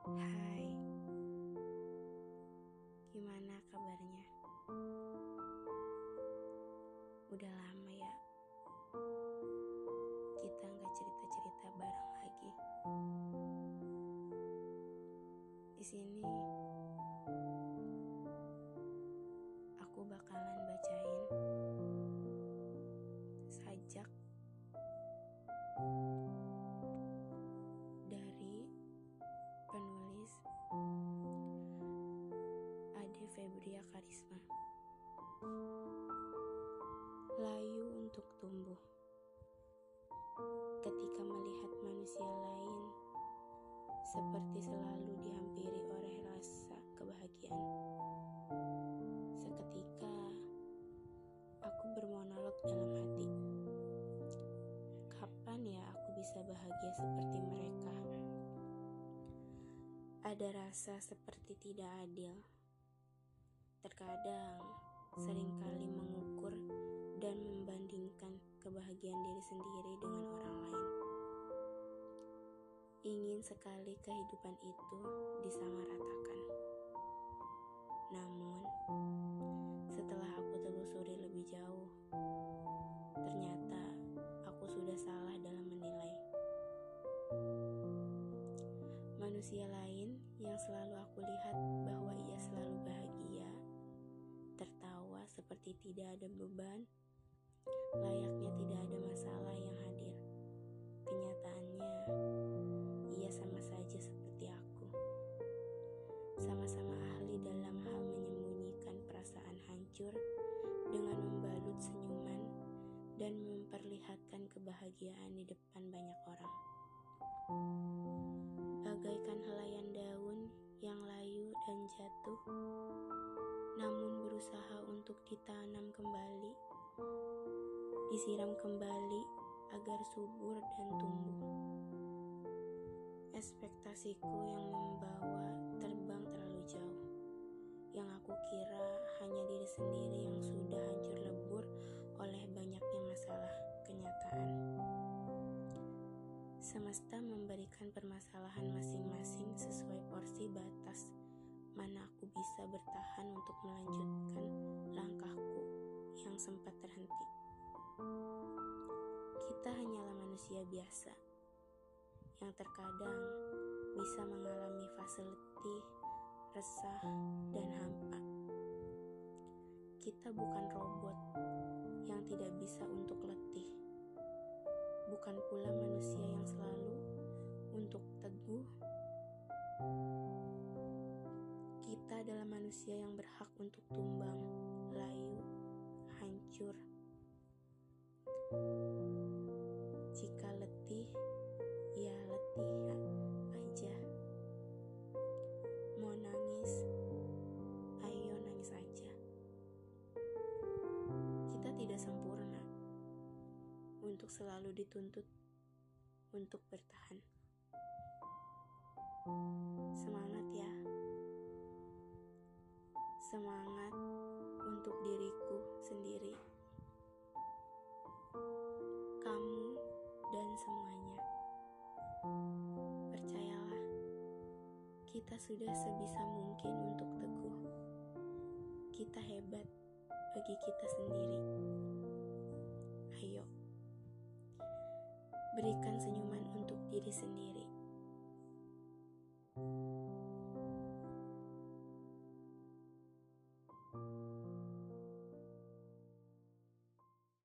Hai, gimana kabarnya? Udah lama ya kita nggak cerita-cerita bareng lagi. Di sini aku bakalan bacain sajak dari penulis Ade Febria Karisma. Layu untuk tumbuh. Ketika melihat manusia lain seperti selalu dihampiri oleh rasa kebahagiaan. Seketika aku bermonolog dalam hati. Kapan ya aku bisa bahagia seperti mereka? Ada rasa seperti tidak adil. Terkadang seringkali mengukur dan membandingkan kebahagiaan diri sendiri dengan orang lain. Ingin sekali kehidupan itu disamaratakan. Namun, setelah aku telusuri lebih jauh, ternyata aku sudah salah dalam menilai. Manusia lain yang selalu aku lihat bahwa ia selalu bahagia, tertawa seperti tidak ada beban, layaknya tidak ada masalah yang hadir. Kenyataannya, ia sama saja seperti aku. Sama-sama ahli dalam hal menyembunyikan perasaan hancur dengan membalut senyuman dan memperlihatkan kebahagiaan di depan banyak orang. Bagaikan helaian daun yang layu dan jatuh, namun berusaha untuk ditanam kembali, disiram kembali agar subur dan tumbuh. Ekspektasiku yang membawa terbang terlalu jauh, yang aku kira hanya diri sendiri yang sudah hancur lebur oleh banyaknya masalah kenyataan. Semesta memberikan permasalahan masing-masing sesuai porsi batas mana aku bisa bertahan untuk melanjutkan langkahku yang sempat terhenti. Kita hanyalah manusia biasa yang terkadang bisa mengalami fase letih, resah, dan hampa. Kita bukan robot yang tidak bisa untuk letih, bukan pula manusia yang selalu untuk teguh. Kita adalah manusia yang berhak untuk tumbang, layu, hancur. Jika letih, ya letih aja. Mau nangis, ayo nangis aja. Kita tidak sempurna untuk selalu dituntut untuk bertahan. Semangat ya. Semangat untuk diriku sendiri, kamu, dan semuanya. Percayalah, kita sudah sebisa mungkin untuk teguh. Kita hebat bagi kita sendiri. Ayo, berikan senyuman untuk diri sendiri.